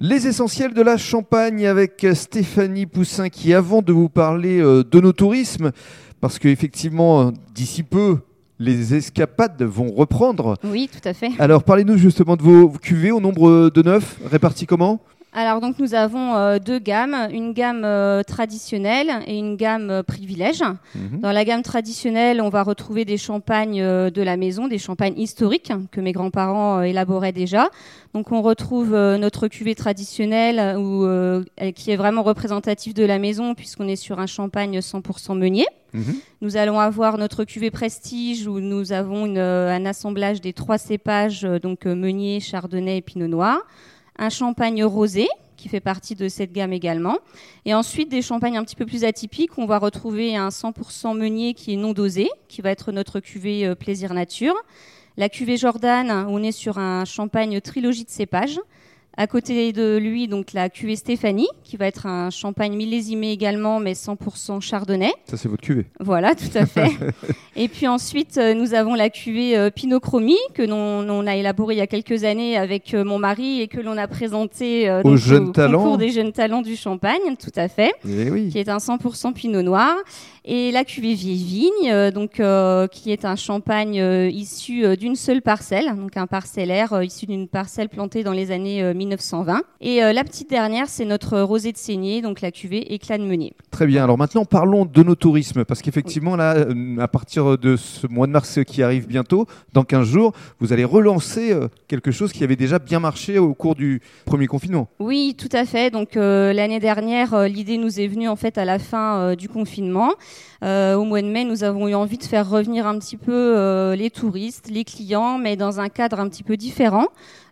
Les essentiels de la Champagne avec Stéphanie Poussin qui, avant de vous parler de nos tourismes, parce qu'effectivement, d'ici peu, les escapades vont reprendre. Oui, tout à fait. Alors, parlez-nous justement de vos cuvées au nombre de 9, répartis comment ? Alors donc nous avons deux gammes, une gamme traditionnelle et une gamme privilège. Dans la gamme traditionnelle, on va retrouver des champagnes de la maison, des champagnes historiques que mes grands-parents élaboraient déjà. Donc on retrouve notre cuvée traditionnelle qui est vraiment représentative de la maison puisqu'on est sur un champagne 100% meunier. Nous allons avoir notre cuvée prestige où nous avons un assemblage des 3 cépages, donc meunier, chardonnay et pinot noir. Un champagne rosé qui fait partie de cette gamme également. Et ensuite, des champagnes un petit peu plus atypiques. On va retrouver un 100% meunier qui est non dosé, qui va être notre cuvée plaisir nature. La cuvée Jordan, on est sur un champagne trilogie de cépages. À côté de lui, donc la cuvée Stéphanie, qui va être un champagne millésimé également, mais 100% chardonnay. Ça, c'est votre cuvée. Voilà, tout à fait. Et puis ensuite, nous avons la cuvée Pinot Chromie, que l'on a élaborée il y a quelques années avec mon mari et que l'on a présentée au concours des jeunes talents du Champagne, tout à fait, qui est un 100% Pinot Noir. Et la cuvée Vieille Vigne, qui est un champagne issu d'une seule parcelle, donc un parcellaire issu d'une parcelle plantée dans les années 1920. Et la petite dernière, c'est notre rosé de saignée, donc la cuvée Éclat de Meunier. Très bien. Alors maintenant, parlons de nos tourismes, parce qu'effectivement, là, à partir de ce mois de mars qui arrive bientôt, dans 15 jours, vous allez relancer quelque chose qui avait déjà bien marché au cours du premier confinement. Oui, tout à fait. Donc l'année dernière, l'idée nous est venue en fait à la fin du confinement. Au mois de mai, nous avons eu envie de faire revenir un petit peu les touristes, les clients, mais dans un cadre un petit peu différent.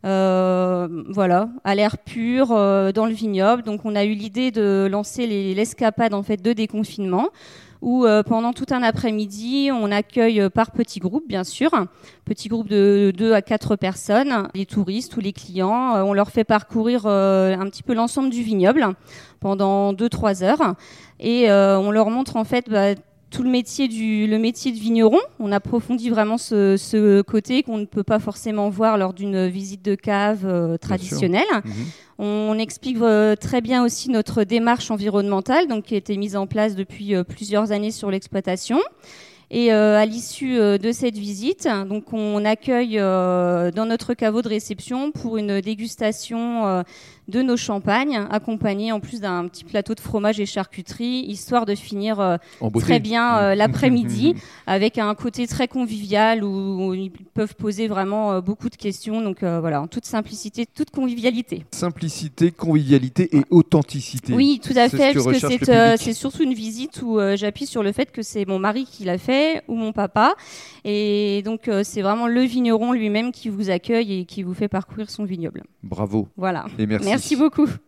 Voilà, à l'air pur, dans le vignoble. Donc, on a eu l'idée de lancer l'escapade en fait de déconfinement, où pendant tout un après-midi, on accueille par petits groupes, bien sûr, petits groupes de 2 à 4 personnes, les touristes ou les clients. On leur fait parcourir un petit peu l'ensemble du vignoble pendant 2-3 heures et on leur montre en fait tout le métier de vigneron. On approfondit vraiment ce côté qu'on ne peut pas forcément voir lors d'une visite de cave traditionnelle. On explique très bien aussi notre démarche environnementale, donc qui a été mise en place depuis plusieurs années sur l'exploitation. Et à l'issue de cette visite, donc on accueille dans notre caveau de réception pour une dégustation de nos champagnes, accompagnée en plus d'un petit plateau de fromage et charcuterie, histoire de finir très bien l'après-midi, avec un côté très convivial où ils peuvent poser vraiment beaucoup de questions. Donc voilà, en toute simplicité, toute convivialité. Simplicité, convivialité et authenticité. Oui, tout à fait, parce que c'est surtout une visite où j'appuie sur le fait que c'est mon mari qui l'a fait ou mon papa. Et donc, c'est vraiment le vigneron lui-même qui vous accueille et qui vous fait parcourir son vignoble. Bravo. Voilà. Et merci. Merci beaucoup.